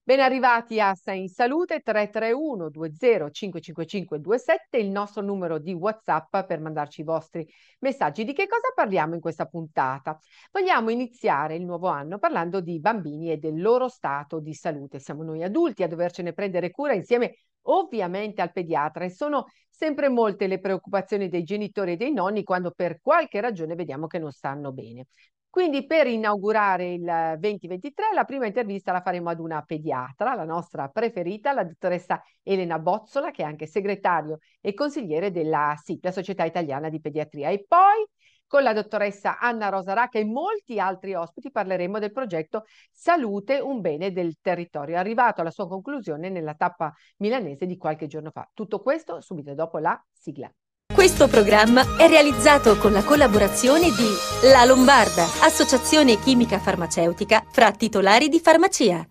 Ben arrivati a Sei in Salute 331 20 555 27, il nostro numero di WhatsApp per mandarci i vostri messaggi. Di che cosa parliamo in questa puntata? Vogliamo iniziare il nuovo anno parlando di bambini e del loro stato di salute. Siamo noi adulti a dovercene prendere cura insieme ovviamente al pediatra e sono sempre molte le preoccupazioni dei genitori e dei nonni quando per qualche ragione vediamo che non stanno bene. Quindi per inaugurare il 2023 la prima intervista la faremo ad una pediatra, la nostra preferita, la dottoressa Elena Bozzola, che è anche segretario e consigliere della SIP, la Società Italiana di Pediatria. E poi con la dottoressa Anna Rosa Racca e molti altri ospiti parleremo del progetto Salute, un bene del territorio, arrivato alla sua conclusione nella tappa milanese di qualche giorno fa. Tutto questo subito dopo la sigla. Questo programma è realizzato con la collaborazione di La Lombarda, associazione chimica farmaceutica fra titolari di farmacia.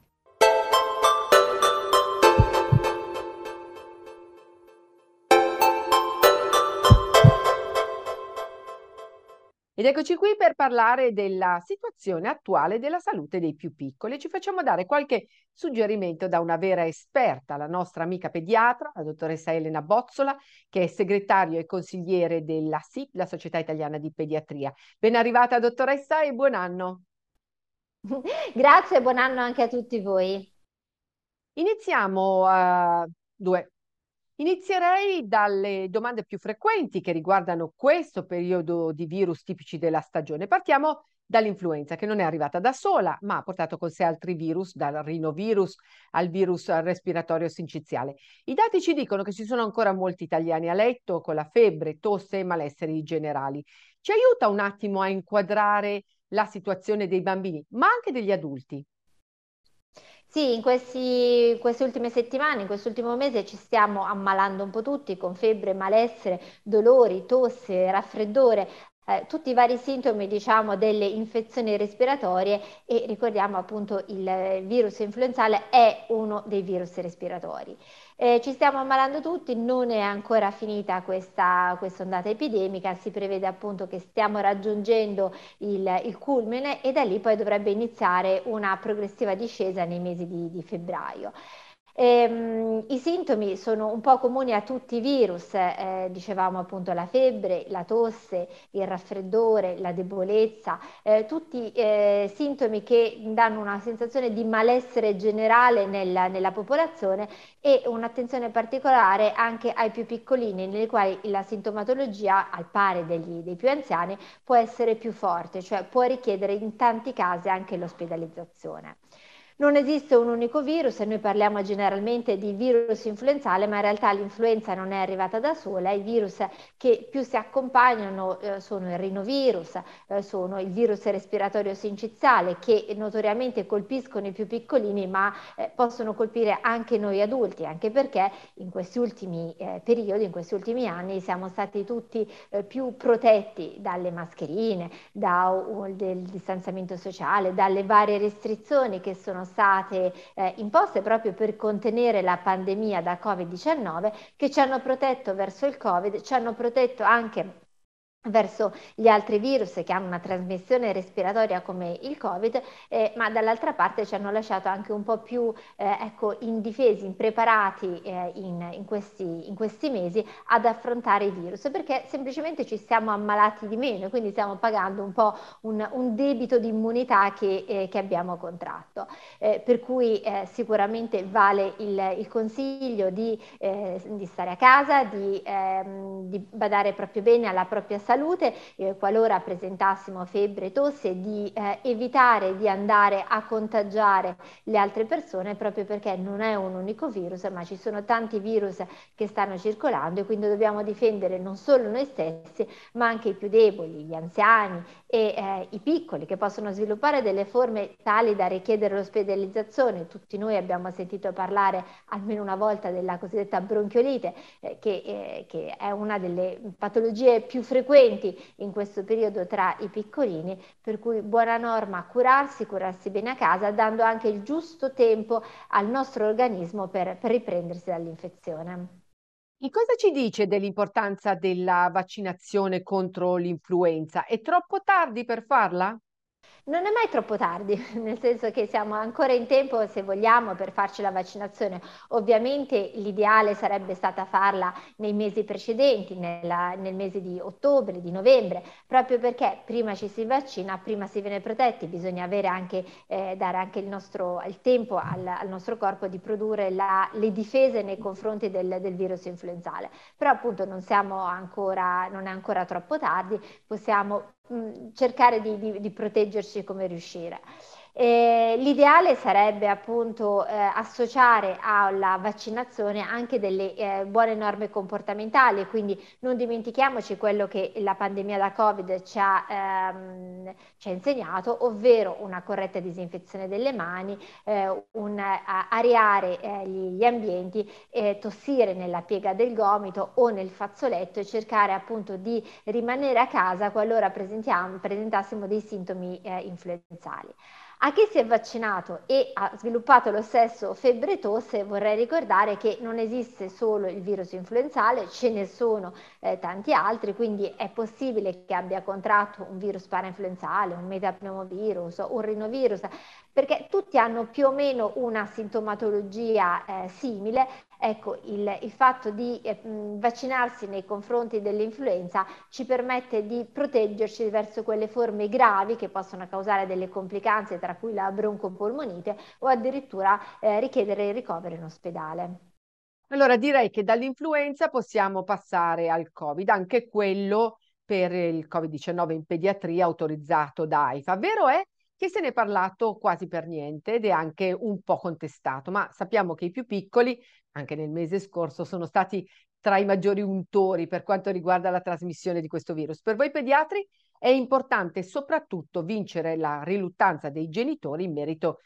Ed eccoci qui per parlare della situazione attuale della salute dei più piccoli. Ci facciamo dare qualche suggerimento da una vera esperta, la nostra amica pediatra, la dottoressa Elena Bozzola, che è segretario e consigliere della SIP, la Società Italiana di Pediatria. Ben arrivata, dottoressa, e buon anno. Grazie e buon anno anche a tutti voi. Iniziamo due. Inizierei dalle domande più frequenti che riguardano questo periodo di virus tipici della stagione. Partiamo dall'influenza, che non è arrivata da sola, ma ha portato con sé altri virus, dal rinovirus al virus respiratorio sinciziale. I dati ci dicono che ci sono ancora molti italiani a letto con la febbre, tosse e malesseri generali. Ci aiuta un attimo a inquadrare la situazione dei bambini, ma anche degli adulti. Sì, queste ultime settimane, in quest'ultimo mese ci stiamo ammalando un po' tutti con febbre, malessere, dolori, tosse, raffreddore, tutti i vari sintomi, diciamo, delle infezioni respiratorie e ricordiamo appunto il virus influenzale è uno dei virus respiratori. Ci stiamo ammalando tutti, non è ancora finita questa ondata epidemica, si prevede appunto che stiamo raggiungendo il culmine e da lì poi dovrebbe iniziare una progressiva discesa nei mesi di febbraio. I sintomi sono un po' comuni a tutti i virus, dicevamo appunto la febbre, la tosse, il raffreddore, la debolezza, tutti sintomi che danno una sensazione di malessere generale nella popolazione e un'attenzione particolare anche ai più piccolini, nei quali la sintomatologia, al pari dei più anziani, può essere più forte, cioè può richiedere in tanti casi anche l'ospedalizzazione. Non esiste un unico virus e noi parliamo generalmente di virus influenzale, ma in realtà l'influenza non è arrivata da sola. I virus che più si accompagnano sono il rinovirus, sono il virus respiratorio sinciziale che notoriamente colpiscono i più piccolini, ma possono colpire anche noi adulti, anche perché in questi ultimi periodi, in questi ultimi anni siamo stati tutti più protetti dalle mascherine, del distanziamento sociale, dalle varie restrizioni che sono state imposte proprio per contenere la pandemia da Covid-19, che ci hanno protetto verso il Covid, ci hanno protetto anche verso gli altri virus che hanno una trasmissione respiratoria come il Covid, ma dall'altra parte ci hanno lasciato anche un po' più ecco, indifesi, impreparati in questi mesi ad affrontare i virus, perché semplicemente ci siamo ammalati di meno, quindi stiamo pagando un po' un debito di immunità che abbiamo contratto. Per cui sicuramente vale il consiglio di stare a casa, di badare proprio bene alla propria salute, qualora presentassimo febbre e tosse, di evitare di andare a contagiare le altre persone, proprio perché non è un unico virus, ma ci sono tanti virus che stanno circolando e quindi dobbiamo difendere non solo noi stessi, ma anche i più deboli, gli anziani e i piccoli, che possono sviluppare delle forme tali da richiedere l'ospedalizzazione. Tutti noi abbiamo sentito parlare almeno una volta della cosiddetta bronchiolite, che è una delle patologie più frequenti in questo periodo tra i piccolini, per cui buona norma curarsi bene a casa, dando anche il giusto tempo al nostro organismo per riprendersi dall'infezione. E cosa ci dice dell'importanza della vaccinazione contro l'influenza? È troppo tardi per farla? Non è mai troppo tardi, nel senso che siamo ancora in tempo, se vogliamo, per farci la vaccinazione. Ovviamente l'ideale sarebbe stata farla nei mesi precedenti, nel mese di ottobre, di novembre, proprio perché prima ci si vaccina, prima si viene protetti, bisogna avere anche, dare anche il tempo al nostro corpo di produrre le difese nei confronti del virus influenzale. Però appunto non è ancora troppo tardi, possiamo cercare di proteggerci come riuscire. L'ideale sarebbe appunto associare alla vaccinazione anche delle buone norme comportamentali, quindi non dimentichiamoci quello che la pandemia da Covid ci ha insegnato, ovvero una corretta disinfezione delle mani, areare gli ambienti, tossire nella piega del gomito o nel fazzoletto e cercare appunto di rimanere a casa qualora presentassimo dei sintomi influenzali. A chi si è vaccinato e ha sviluppato lo stesso febbre e tosse, vorrei ricordare che non esiste solo il virus influenzale, ce ne sono tanti altri, quindi è possibile che abbia contratto un virus parainfluenzale, un metapneumovirus, un rinovirus, perché tutti hanno più o meno una sintomatologia simile. Ecco, il fatto di vaccinarsi nei confronti dell'influenza ci permette di proteggerci verso quelle forme gravi che possono causare delle complicanze, tra cui la broncopolmonite o addirittura richiedere il ricovero in ospedale. Allora direi che dall'influenza possiamo passare al Covid, anche quello per il Covid-19 in pediatria autorizzato da AIFA. Vero è che se ne è parlato quasi per niente ed è anche un po' contestato, ma sappiamo che i più piccoli, anche nel mese scorso, sono stati tra i maggiori untori per quanto riguarda la trasmissione di questo virus. Per voi pediatri è importante soprattutto vincere la riluttanza dei genitori in merito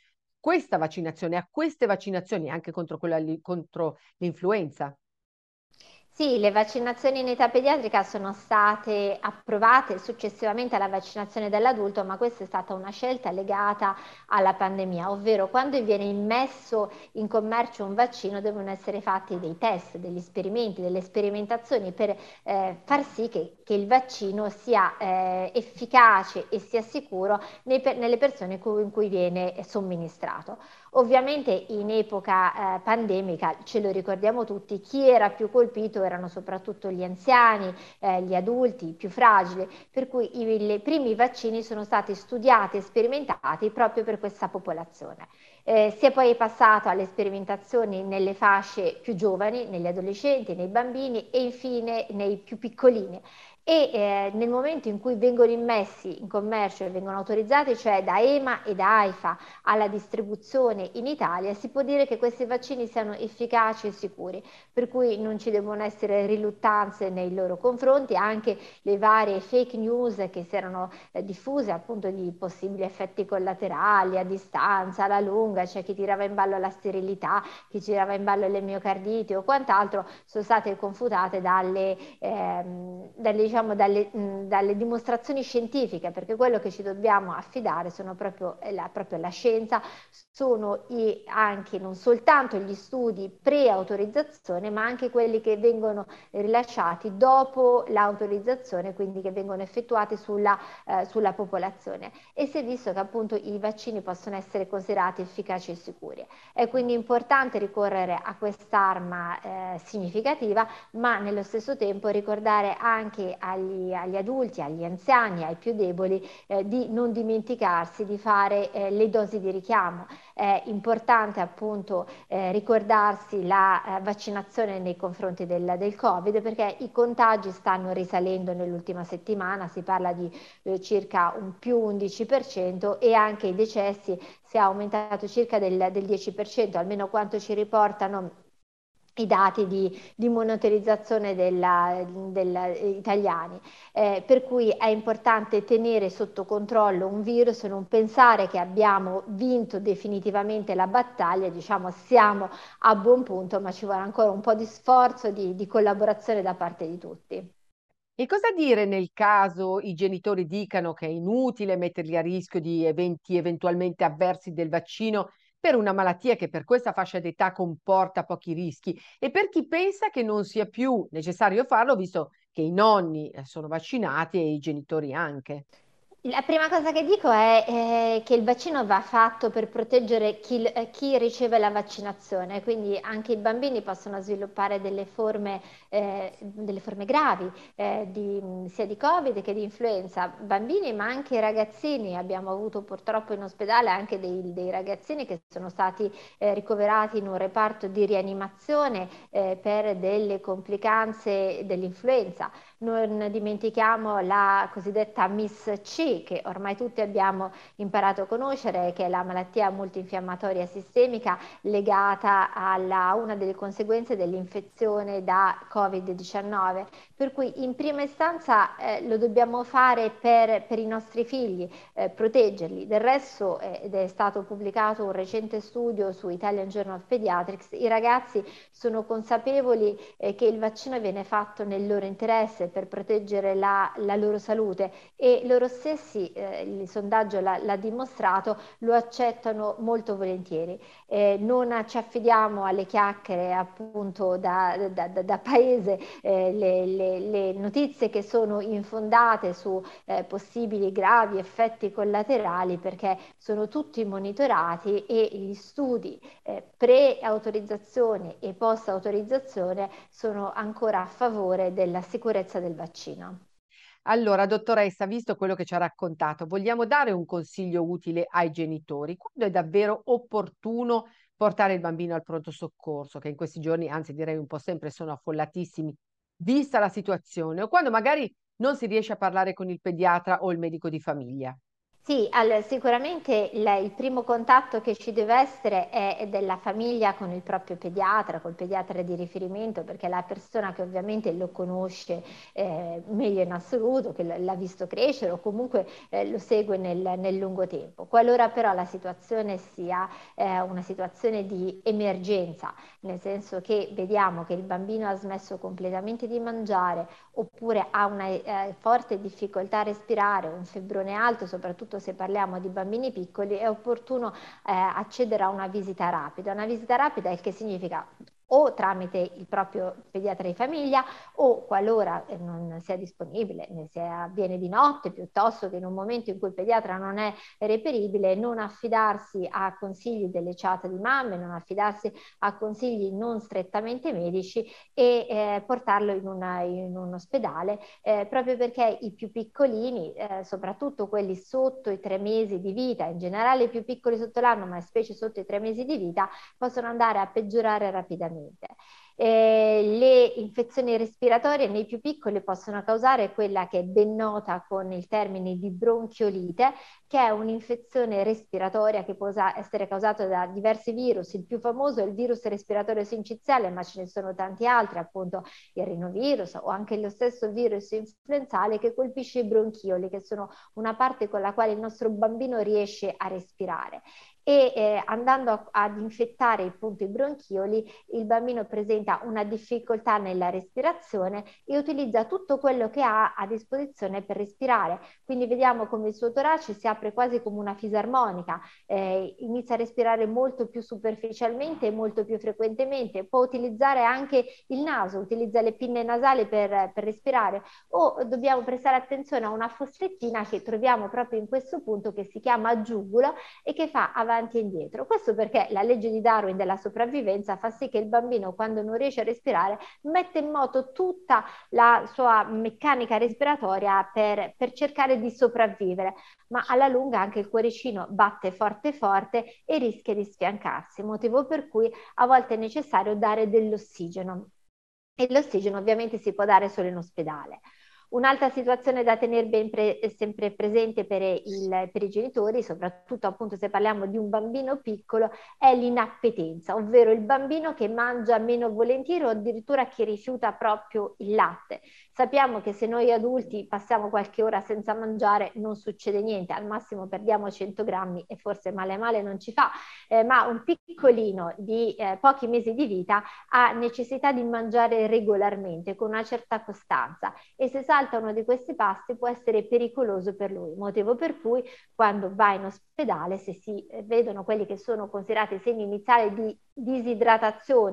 a queste vaccinazioni anche contro contro l'influenza. Sì, le vaccinazioni in età pediatrica sono state approvate successivamente alla vaccinazione dell'adulto, ma questa è stata una scelta legata alla pandemia, ovvero quando viene immesso in commercio un vaccino devono essere fatti dei test, degli esperimenti, delle sperimentazioni per far sì che il vaccino sia efficace e sia sicuro nelle persone in cui viene somministrato. Ovviamente in epoca pandemica, ce lo ricordiamo tutti, chi era più colpito erano soprattutto gli anziani, gli adulti, i più fragili, per cui i primi vaccini sono stati studiati e sperimentati proprio per questa popolazione. Si è poi passato alle sperimentazioni nelle fasce più giovani, negli adolescenti, nei bambini e infine nei più piccolini. Nel momento in cui vengono immessi in commercio e vengono autorizzati, cioè da EMA e da AIFA alla distribuzione in Italia, si può dire che questi vaccini siano efficaci e sicuri, per cui non ci devono essere riluttanze nei loro confronti, anche le varie fake news che si erano diffuse appunto di possibili effetti collaterali a distanza, alla lunga, c'è chi tirava in ballo la sterilità, chi tirava in ballo le miocarditi o quant'altro, sono state confutate dalle dimostrazioni scientifiche, perché quello che ci dobbiamo affidare sono proprio la scienza, sono anche non soltanto gli studi pre-autorizzazione, ma anche quelli che vengono rilasciati dopo l'autorizzazione, quindi che vengono effettuati sulla popolazione. E si è visto che appunto i vaccini possono essere considerati efficaci e sicuri. È quindi importante ricorrere a quest'arma significativa, ma nello stesso tempo ricordare anche agli adulti, agli anziani, ai più deboli, di non dimenticarsi di fare le dosi di richiamo. È importante appunto ricordarsi la vaccinazione nei confronti del Covid, perché i contagi stanno risalendo nell'ultima settimana, si parla di circa un più 11% e anche i decessi si è aumentato circa del 10%, almeno quanto ci riportano i dati di monitorizzazione italiani, per cui è importante tenere sotto controllo un virus, non pensare che abbiamo vinto definitivamente la battaglia, diciamo siamo a buon punto, ma ci vuole ancora un po' di sforzo, di collaborazione da parte di tutti. E cosa dire nel caso i genitori dicano che è inutile metterli a rischio di eventi eventualmente avversi del vaccino per una malattia che per questa fascia d'età comporta pochi rischi e per chi pensa che non sia più necessario farlo visto che i nonni sono vaccinati e i genitori anche? La prima cosa che dico è che il vaccino va fatto per proteggere chi riceve la vaccinazione, quindi anche i bambini possono sviluppare delle forme gravi, sia di Covid che di influenza. Bambini, ma anche ragazzini. Abbiamo avuto purtroppo in ospedale anche dei ragazzini che sono stati ricoverati in un reparto di rianimazione per delle complicanze dell'influenza. Non dimentichiamo la cosiddetta Miss C, che ormai tutti abbiamo imparato a conoscere, che è la malattia multinfiammatoria sistemica legata a una delle conseguenze dell'infezione da Covid-19. Per cui in prima istanza lo dobbiamo fare per i nostri figli, proteggerli. Del resto, ed è stato pubblicato un recente studio su Italian Journal of Pediatrics, i ragazzi sono consapevoli che il vaccino viene fatto nel loro interesse per proteggere la loro salute, e loro stessi, il sondaggio l'ha dimostrato, lo accettano molto volentieri. Non ci affidiamo alle chiacchiere appunto da paese, le notizie che sono infondate su possibili gravi effetti collaterali, perché sono tutti monitorati, e gli studi pre-autorizzazione e post-autorizzazione sono ancora a favore della sicurezza del vaccino. Allora, dottoressa, visto quello che ci ha raccontato, vogliamo dare un consiglio utile ai genitori? Quando è davvero opportuno portare il bambino al pronto soccorso, che in questi giorni, anzi direi un po' sempre, sono affollatissimi, vista la situazione, o quando magari non si riesce a parlare con il pediatra o il medico di famiglia? Sì, allora, sicuramente il primo contatto che ci deve essere è della famiglia con il proprio pediatra, col pediatra di riferimento, perché è la persona che ovviamente lo conosce meglio in assoluto, che l'ha visto crescere o comunque lo segue nel lungo tempo. Qualora però la situazione sia una situazione di emergenza, nel senso che vediamo che il bambino ha smesso completamente di mangiare, oppure ha una forte difficoltà a respirare, un febbrone alto, soprattutto se parliamo di bambini piccoli, è opportuno accedere a una visita rapida. Una visita rapida il che significa o tramite il proprio pediatra di famiglia, o qualora non sia disponibile, se avviene di notte, piuttosto che in un momento in cui il pediatra non è reperibile, non affidarsi a consigli delle chat di mamme, non affidarsi a consigli non strettamente medici, e portarlo in un ospedale, proprio perché i più piccolini, soprattutto quelli sotto i 3 mesi di vita, in generale i più piccoli sotto l'anno, ma specie sotto i 3 mesi di vita, possono andare a peggiorare rapidamente. Le infezioni respiratorie nei più piccoli possono causare quella che è ben nota con il termine di bronchiolite, che è un'infezione respiratoria che può essere causata da diversi virus. Il più famoso è il virus respiratorio sinciziale, ma ce ne sono tanti altri, appunto il rinovirus o anche lo stesso virus influenzale, che colpisce i bronchioli, che sono una parte con la quale il nostro bambino riesce a respirare. E andando ad infettare appunto i bronchioli, il bambino presenta una difficoltà nella respirazione e utilizza tutto quello che ha a disposizione per respirare. Quindi vediamo come il suo torace si apre quasi come una fisarmonica, inizia a respirare molto più superficialmente e molto più frequentemente, può utilizzare anche il naso, utilizza le pinne nasali per respirare, o dobbiamo prestare attenzione a una fossettina che troviamo proprio in questo punto, che si chiama giugulo e che fa avanti e indietro. Questo perché la legge di Darwin della sopravvivenza fa sì che il bambino, quando non riesce a respirare, mette in moto tutta la sua meccanica respiratoria per cercare di sopravvivere, ma alla lunga anche il cuoricino batte forte forte e rischia di sfiancarsi, motivo per cui a volte è necessario dare dell'ossigeno, e l'ossigeno ovviamente si può dare solo in ospedale. Un'altra situazione da tenere sempre presente per i genitori, soprattutto appunto se parliamo di un bambino piccolo, è l'inappetenza, ovvero il bambino che mangia meno volentieri o addirittura che rifiuta proprio il latte. Sappiamo che se noi adulti passiamo qualche ora senza mangiare non succede niente, al massimo perdiamo 100 grammi e forse male male non ci fa, ma un piccolino di pochi mesi di vita ha necessità di mangiare regolarmente con una certa costanza, e se salta uno di questi pasti può essere pericoloso per lui, motivo per cui quando va in ospedale, se si vedono quelli che sono considerati segni iniziali di disidratazione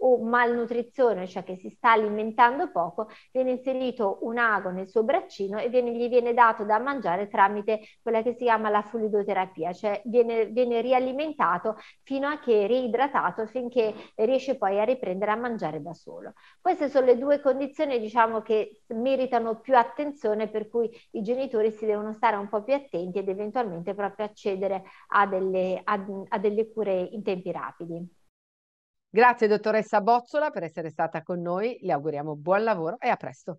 o malnutrizione, cioè che si sta alimentando poco, viene inserito un ago nel suo braccino e gli viene dato da mangiare tramite quella che si chiama la fluidoterapia, cioè viene rialimentato fino a che è reidratato, finché riesce poi a riprendere a mangiare da solo. Queste sono le due condizioni, diciamo, che meritano più attenzione, per cui i genitori si devono stare un po' più attenti ed eventualmente proprio accedere a delle cure in tempi rapidi. Grazie dottoressa Bozzola per essere stata con noi, le auguriamo buon lavoro e a presto.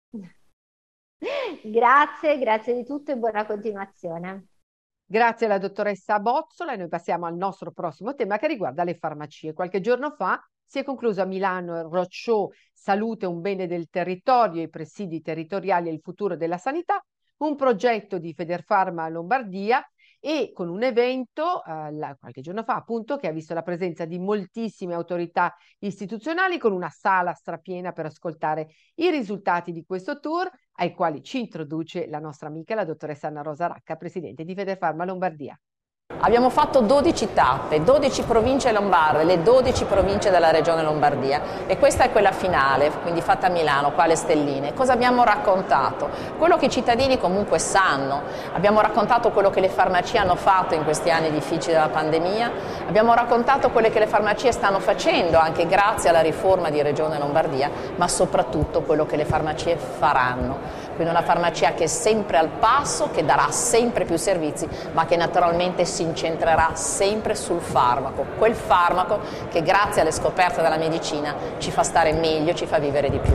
Grazie di tutto e buona continuazione. Grazie alla dottoressa Bozzola e noi passiamo al nostro prossimo tema che riguarda le farmacie. Qualche giorno fa si è concluso a Milano il roadshow Salute, un bene del territorio, i presidi territoriali e il futuro della sanità, un progetto di Federfarma Lombardia, e con un evento qualche giorno fa appunto che ha visto la presenza di moltissime autorità istituzionali, con una sala strapiena per ascoltare i risultati di questo tour, ai quali ci introduce la nostra amica, la dottoressa Anna Rosa Racca, presidente di Federfarma Lombardia. Abbiamo fatto 12 tappe, 12 province lombarde, le 12 province della regione Lombardia, e questa è quella finale, quindi fatta a Milano, qua alle stelline. Cosa abbiamo raccontato? Quello che i cittadini comunque sanno. Abbiamo raccontato quello che le farmacie hanno fatto in questi anni difficili della pandemia, abbiamo raccontato quello che le farmacie stanno facendo anche grazie alla riforma di Regione Lombardia, ma soprattutto quello che le farmacie faranno. Quindi una farmacia che è sempre al passo, che darà sempre più servizi, ma che naturalmente si incentrerà sempre sul farmaco, quel farmaco che grazie alle scoperte della medicina ci fa stare meglio, ci fa vivere di più.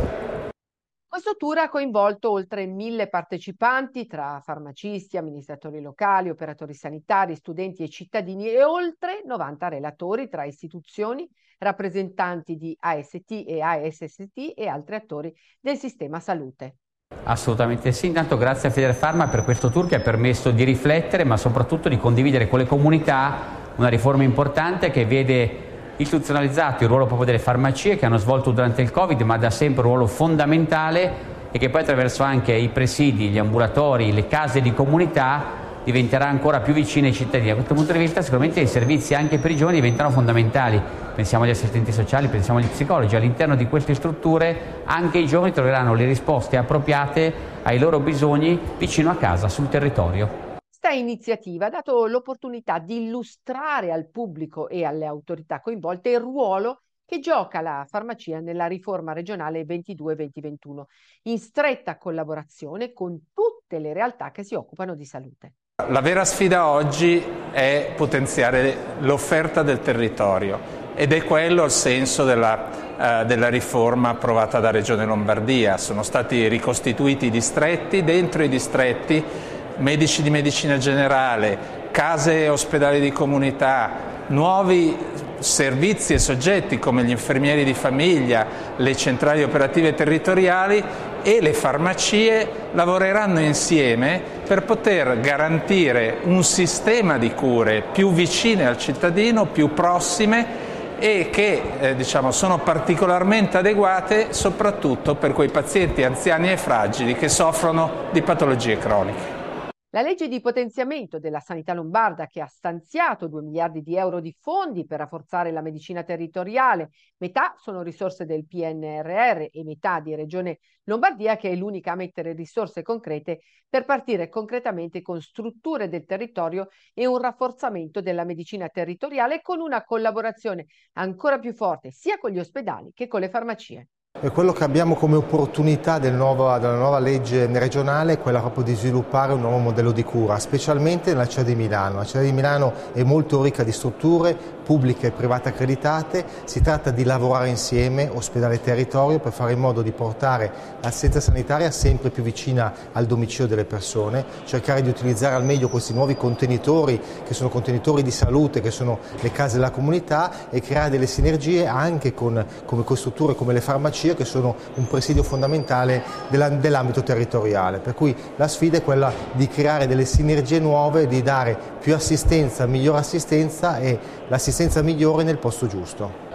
Questo tour ha coinvolto oltre 1000 partecipanti tra farmacisti, amministratori locali, operatori sanitari, studenti e cittadini, e oltre 90 relatori tra istituzioni, rappresentanti di AST e ASST e altri attori del sistema salute. Assolutamente sì, intanto grazie a Federfarma per questo tour che ha permesso di riflettere, ma soprattutto di condividere con le comunità una riforma importante che vede istituzionalizzato il ruolo proprio delle farmacie, che hanno svolto durante il Covid, ma da sempre un ruolo fondamentale, e che poi attraverso anche i presidi, gli ambulatori, le case di comunità diventerà ancora più vicina ai cittadini. Da questo punto di vista sicuramente i servizi anche per i giovani diventano fondamentali. Pensiamo agli assistenti sociali, pensiamo agli psicologi. All'interno di queste strutture anche i giovani troveranno le risposte appropriate ai loro bisogni vicino a casa, sul territorio. Questa iniziativa ha dato l'opportunità di illustrare al pubblico e alle autorità coinvolte il ruolo che gioca la farmacia nella riforma regionale 22-2021, in stretta collaborazione con tutte le realtà che si occupano di salute. La vera sfida oggi è potenziare l'offerta del territorio, ed è quello il senso della riforma approvata da Regione Lombardia. Sono stati ricostituiti i distretti, dentro i distretti medici di medicina generale, case e ospedali di comunità, nuovi servizi e soggetti come gli infermieri di famiglia, le centrali operative territoriali e le farmacie lavoreranno insieme per poter garantire un sistema di cure più vicine al cittadino, più prossime, e che sono particolarmente adeguate soprattutto per quei pazienti anziani e fragili che soffrono di patologie croniche. La legge di potenziamento della sanità lombarda, che ha stanziato 2 miliardi di euro di fondi per rafforzare la medicina territoriale, metà sono risorse del PNRR e metà di Regione Lombardia, che è l'unica a mettere risorse concrete per partire concretamente con strutture del territorio e un rafforzamento della medicina territoriale, con una collaborazione ancora più forte sia con gli ospedali che con le farmacie. E quello che abbiamo come opportunità della nuova legge regionale è quella proprio di sviluppare un nuovo modello di cura, specialmente nella città di Milano. La città di Milano è molto ricca di strutture pubbliche e private accreditate. Si tratta di lavorare insieme, ospedale e territorio, per fare in modo di portare l'assistenza sanitaria sempre più vicina al domicilio delle persone, cercare di utilizzare al meglio questi nuovi contenitori, che sono contenitori di salute, che sono le case della comunità, e creare delle sinergie anche con strutture come le farmacie, che sono un presidio fondamentale dell'ambito territoriale. Per cui la sfida è quella di creare delle sinergie nuove, di dare più assistenza, miglior assistenza e l'assistenza migliore nel posto giusto.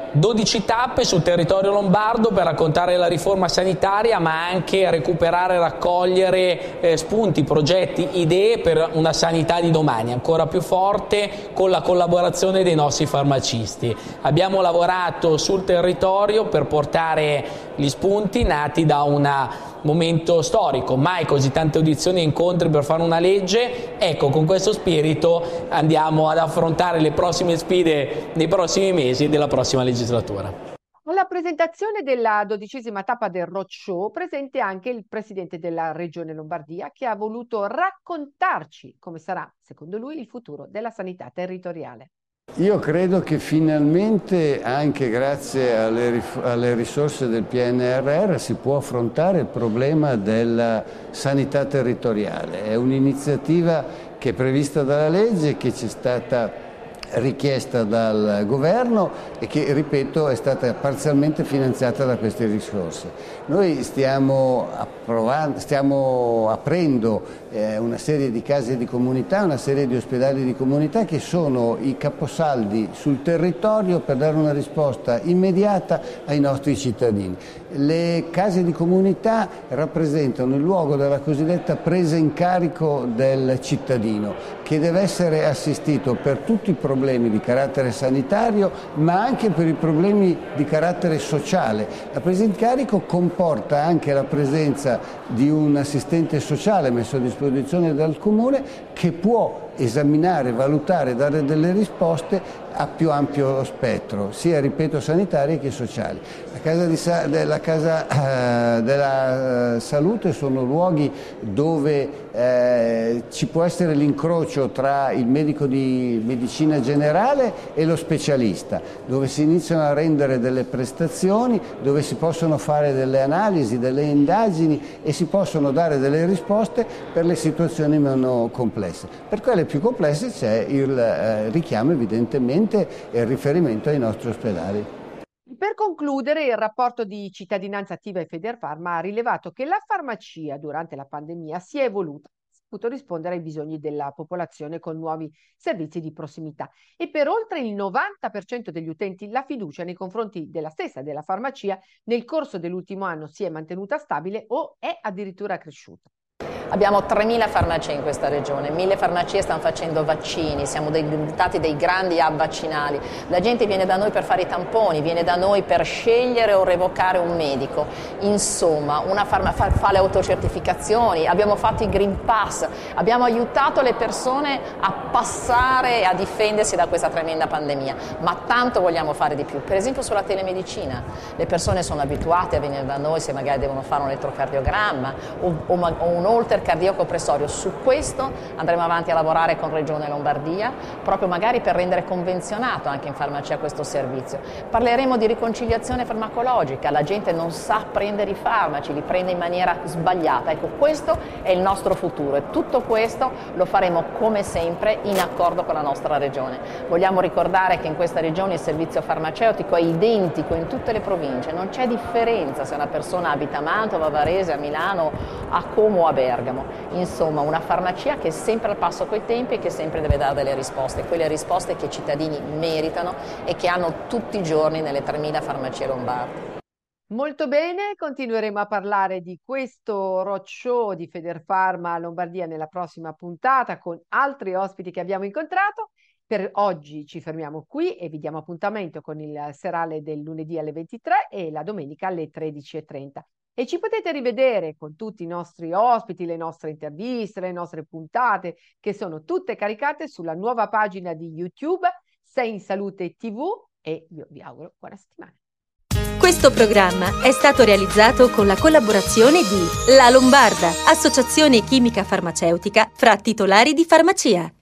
12 tappe sul territorio lombardo per raccontare la riforma sanitaria, ma anche recuperare e raccogliere spunti, progetti, idee per una sanità di domani ancora più forte, con la collaborazione dei nostri farmacisti. Abbiamo lavorato sul territorio per portare gli spunti nati da un momento storico, mai così tante audizioni e incontri per fare una legge. Ecco, con questo spirito andiamo ad affrontare le prossime sfide nei prossimi mesi della prossima legislatura. Alla presentazione della 12ª tappa del Roadshow presente anche il presidente della Regione Lombardia, che ha voluto raccontarci come sarà, secondo lui, il futuro della sanità territoriale. Io credo che finalmente, anche grazie alle risorse del PNRR, si può affrontare il problema della sanità territoriale. È un'iniziativa che è prevista dalla legge, che ci è stata richiesta dal governo e che, ripeto, è stata parzialmente finanziata da queste risorse. Noi stiamo aprendo una serie di case di comunità, una serie di ospedali di comunità che sono i caposaldi sul territorio per dare una risposta immediata ai nostri cittadini. Le case di comunità rappresentano il luogo della cosiddetta presa in carico del cittadino, che deve essere assistito per tutti i problemi di carattere sanitario, ma anche per i problemi di carattere sociale. La presa in carico comporta anche la presenza di un assistente sociale messo a disposizione dal Comune, che può esaminare, valutare, dare delle risposte a più ampio spettro, sia, ripeto, sanitarie che sociali. La casa della salute sono luoghi dove ci può essere l'incrocio tra il medico di medicina generale e lo specialista, dove si iniziano a rendere delle prestazioni, dove si possono fare delle analisi, delle indagini e si possono dare delle risposte per le situazioni meno complesse. Per quelle più complesse c'è il richiamo, evidentemente, e il riferimento ai nostri ospedali. Per concludere, il rapporto di Cittadinanza Attiva e Federfarma ha rilevato che la farmacia durante la pandemia si è evoluta, ha saputo rispondere ai bisogni della popolazione con nuovi servizi di prossimità, e per oltre il 90% degli utenti la fiducia nei confronti della farmacia nel corso dell'ultimo anno si è mantenuta stabile o è addirittura cresciuta. Abbiamo 3.000 farmacie in questa regione, 1.000 farmacie stanno facendo vaccini, siamo diventati dei grandi hub vaccinali. La gente viene da noi per fare i tamponi, viene da noi per scegliere o revocare un medico. Insomma, fa le autocertificazioni, abbiamo fatto i Green Pass, abbiamo aiutato le persone a passare e a difendersi da questa tremenda pandemia. Ma tanto vogliamo fare di più. Per esempio sulla telemedicina, le persone sono abituate a venire da noi se magari devono fare un elettrocardiogramma o un holter cardiaco pressorio. Su questo andremo avanti a lavorare con Regione Lombardia, proprio magari per rendere convenzionato anche in farmacia questo servizio. Parleremo di riconciliazione farmacologica, la gente non sa prendere i farmaci, li prende in maniera sbagliata. Ecco, questo è il nostro futuro e tutto questo lo faremo come sempre in accordo con la nostra regione. Vogliamo ricordare che in questa regione il servizio farmaceutico è identico in tutte le province, non c'è differenza se una persona abita a Mantova, a Varese, a Milano, a Como o a Bergamo. Insomma, una farmacia che è sempre al passo coi tempi e che sempre deve dare delle risposte, quelle risposte che i cittadini meritano e che hanno tutti i giorni nelle 3.000 farmacie lombarde. Molto bene, continueremo a parlare di questo roadshow di Federfarma Lombardia nella prossima puntata con altri ospiti che abbiamo incontrato. Per oggi ci fermiamo qui e vi diamo appuntamento con il serale del lunedì alle 23 e la domenica alle 13:30. E ci potete rivedere con tutti i nostri ospiti, le nostre interviste, le nostre puntate, che sono tutte caricate sulla nuova pagina di YouTube Sei in Salute TV, e io vi auguro buona settimana. Questo programma è stato realizzato con la collaborazione di La Lombarda, associazione chimica farmaceutica fra titolari di farmacia.